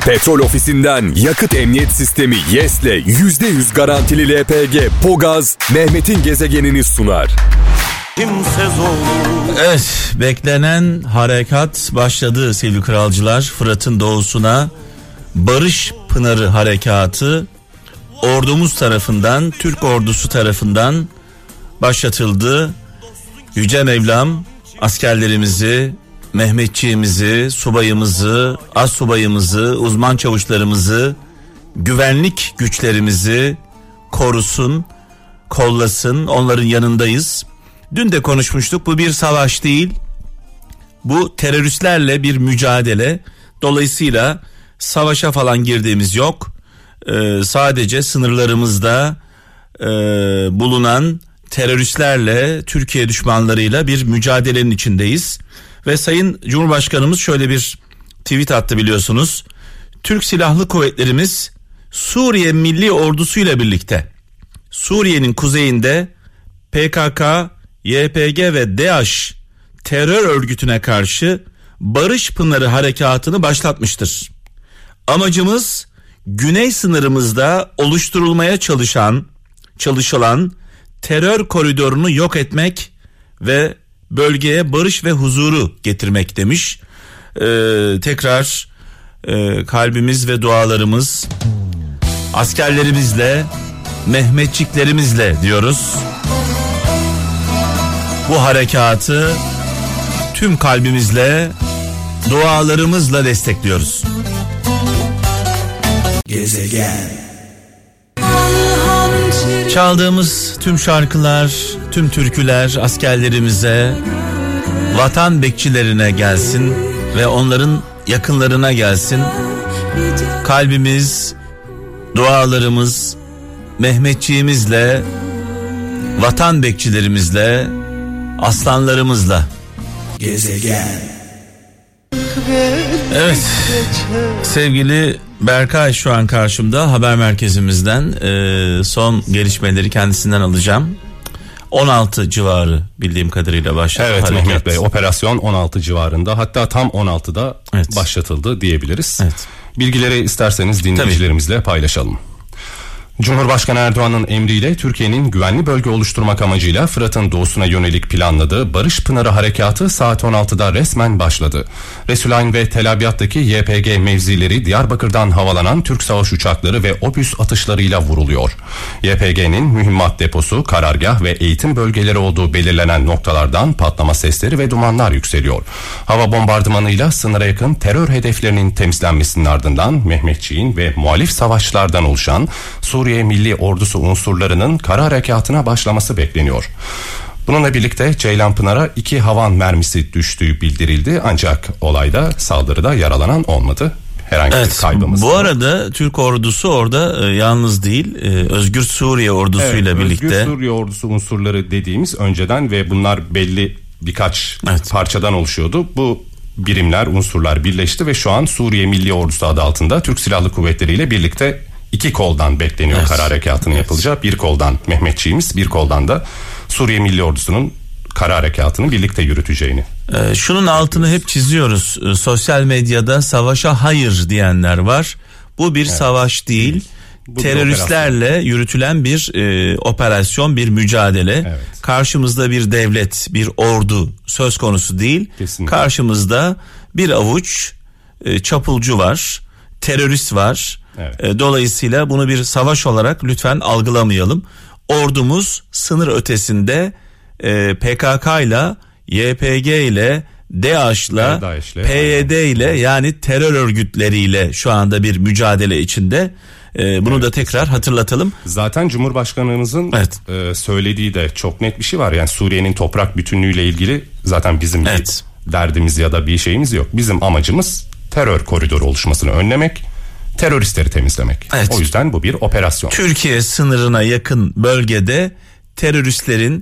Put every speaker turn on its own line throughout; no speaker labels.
Petrol Ofisi'nden yakıt emniyet sistemi YES'le %100 garantili LPG Pogaz, Mehmet'in gezegenini sunar.
Evet, beklenen harekat başladı sevgili kralcılar. Fırat'ın doğusuna Barış Pınarı Harekatı ordumuz tarafından, Türk ordusu tarafından başlatıldı. Yüce Mevlam askerlerimizi, Mehmetçiğimizi, subayımızı, astsubayımızı, uzman çavuşlarımızı, güvenlik güçlerimizi korusun, kollasın, onların yanındayız. Dün de konuşmuştuk, bu bir savaş değil, bu teröristlerle bir mücadele. Dolayısıyla savaşa falan girdiğimiz yok. Sadece sınırlarımızda bulunan teröristlerle, Türkiye düşmanlarıyla bir mücadelenin içindeyiz. Ve Sayın Cumhurbaşkanımız şöyle bir tweet attı biliyorsunuz. Türk Silahlı Kuvvetlerimiz Suriye Milli Ordusu ile birlikte Suriye'nin kuzeyinde PKK, YPG ve DAEŞ terör örgütüne karşı Barış Pınarı Harekatı'nı başlatmıştır. Amacımız güney sınırımızda oluşturulmaya çalışılan terör koridorunu yok etmek ve bölgeye barış ve huzuru getirmek demiş. Tekrar kalbimiz ve dualarımız askerlerimizle, Mehmetçiklerimizle diyoruz. Bu harekatı tüm kalbimizle, dualarımızla destekliyoruz.
Gezegen.
Çaldığımız tüm şarkılar, tüm türküler askerlerimize, vatan bekçilerine gelsin ve onların yakınlarına gelsin. Kalbimiz, dualarımız Mehmetçiğimizle, vatan bekçilerimizle, aslanlarımızla.
Gezegen.
Evet, sevgili Berkay şu an karşımda, haber merkezimizden son gelişmeleri kendisinden alacağım. 16 civarı bildiğim kadarıyla başladı.
Evet
harekat.
Mehmet Bey, operasyon 16 civarında, hatta tam 16'da başlatıldı diyebiliriz.
Evet.
Bilgileri isterseniz dinleyicilerimizle paylaşalım. Cumhurbaşkanı Erdoğan'ın emriyle Türkiye'nin güvenli bölge oluşturmak amacıyla Fırat'ın doğusuna yönelik planladığı Barış Pınarı Harekatı saat 16'da resmen başladı. Resulayn ve Tel Abyad'daki YPG mevzileri Diyarbakır'dan havalanan Türk savaş uçakları ve obüs atışlarıyla vuruluyor. YPG'nin mühimmat deposu, karargah ve eğitim bölgeleri olduğu belirlenen noktalardan patlama sesleri ve dumanlar yükseliyor. Hava bombardımanıyla sınıra yakın terör hedeflerinin temizlenmesinin ardından Mehmetçiğin ve muhalif savaşçılardan oluşan Suriye Milli Ordusu unsurlarının kara harekatına başlaması bekleniyor. Bununla birlikte Ceylanpınar'a 2 havan mermisi düştüğü bildirildi, ancak olayda, saldırıda yaralanan olmadı. Herhangi bir kaybımız yok.
Bu arada Türk ordusu orada yalnız değil, Özgür Suriye ordusuyla birlikte.
Özgür Suriye ordusu unsurları dediğimiz önceden ve bunlar belli birkaç parçadan oluşuyordu. Bu birimler, unsurlar birleşti ve şu an Suriye Milli Ordusu adı altında Türk Silahlı Kuvvetleri ile birlikte 2 koldan bekleniyor kara harekatının yapılacağı. Bir koldan Mehmetçiğimiz, bir koldan da Suriye Milli Ordusu'nun kara harekatını birlikte yürüteceğini.
Şunun altını hep çiziyoruz. Sosyal medyada savaşa hayır diyenler var. Bu bir savaş değil. Bu teröristlerle yürütülen bir operasyon, bir mücadele. Evet. Karşımızda bir devlet, bir ordu söz konusu değil. Kesinlikle. Karşımızda bir avuç çapulcu var, terörist var. Evet. Dolayısıyla bunu bir savaş olarak lütfen algılamayalım. Ordumuz sınır ötesinde PKK ile, YPG ile, DAEŞ'la, PYD ile, yani terör örgütleriyle şu anda bir mücadele içinde. Bunu da tekrar hatırlatalım.
Zaten Cumhurbaşkanımızın söylediği de çok net bir şey var. Yani Suriye'nin toprak bütünlüğüyle ilgili zaten bizim bir derdimiz ya da bir şeyimiz yok. Bizim amacımız terör koridoru oluşmasını önlemek, teröristleri temizlemek. Evet. O yüzden bu bir operasyon.
Türkiye sınırına yakın bölgede teröristlerin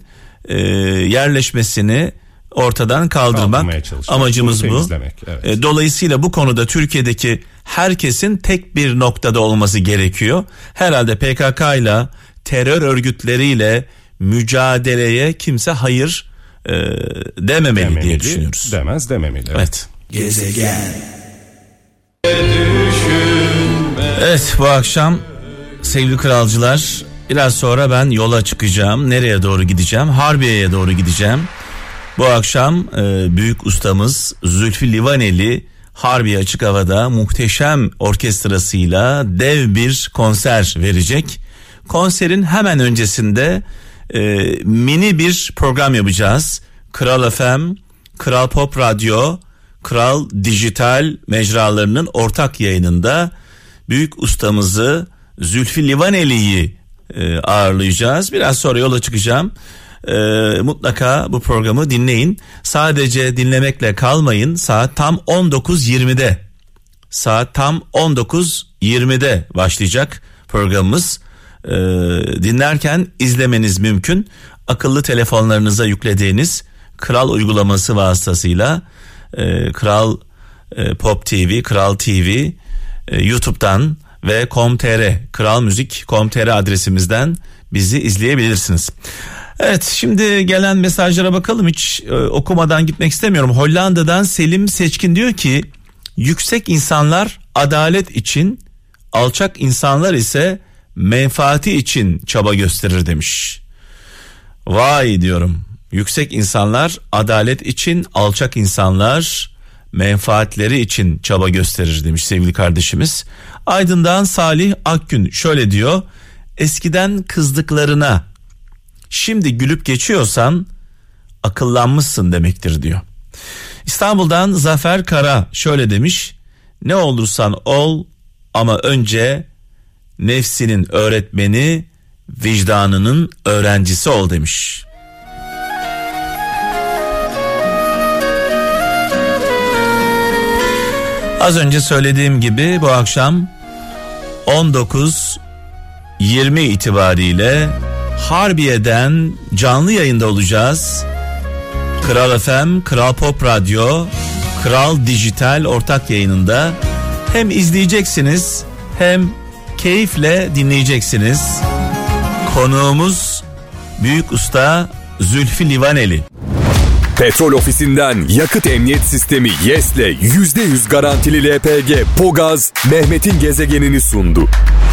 yerleşmesini ortadan kaldırmak amacımız bu. Evet. Dolayısıyla bu konuda Türkiye'deki herkesin tek bir noktada olması gerekiyor. Herhalde PKK ile, terör örgütleriyle mücadeleye kimse hayır dememeli diye düşünüyoruz.
Dememeli.
Evet.
Gezegen.
Evet, bu akşam sevgili kralcılar, biraz sonra ben yola çıkacağım. Nereye doğru gideceğim? Harbiye'ye doğru gideceğim. Bu akşam büyük ustamız Zülfü Livaneli Harbiye Açık Hava'da muhteşem orkestrasıyla dev bir konser verecek. Konserin hemen öncesinde mini bir program yapacağız. Kral FM, Kral Pop Radyo, Kral Dijital mecralarının ortak yayınında büyük ustamızı Zülfü Livaneli'yi ağırlayacağız. Biraz sonra yola çıkacağım. Mutlaka bu programı dinleyin. Sadece dinlemekle kalmayın. Saat tam 19.20'de. Saat tam 19.20'de başlayacak programımız. Dinlerken izlemeniz mümkün. Akıllı telefonlarınıza yüklediğiniz Kral uygulaması vasıtasıyla Kral Pop TV, Kral TV, YouTube'dan ve com.tr, kralmuzik.com.tr adresimizden bizi izleyebilirsiniz. Evet, şimdi gelen mesajlara bakalım, hiç okumadan gitmek istemiyorum. Hollanda'dan Selim Seçkin diyor ki, yüksek insanlar adalet için, alçak insanlar ise menfaati için çaba gösterir demiş. Vay diyorum, yüksek insanlar adalet için, alçak insanlar menfaatleri için çaba gösterir demiş sevgili kardeşimiz. Aydın'dan Salih Akgün şöyle diyor, eskiden kızdıklarına şimdi gülüp geçiyorsan akıllanmışsın demektir diyor. İstanbul'dan Zafer Kara şöyle demiş, ne olursan ol ama önce nefsinin öğretmeni, vicdanının öğrencisi ol demiş. Az önce söylediğim gibi bu akşam 19.20 itibariyle Harbiye'den canlı yayında olacağız. Kral FM, Kral Pop Radyo, Kral Dijital ortak yayınında hem izleyeceksiniz hem keyifle dinleyeceksiniz. Konuğumuz büyük usta Zülfü Livaneli.
Petrol Ofisi'nden yakıt emniyet sistemi YES'le %100 garantili LPG Pogaz Mehmet'in gezegenini sundu.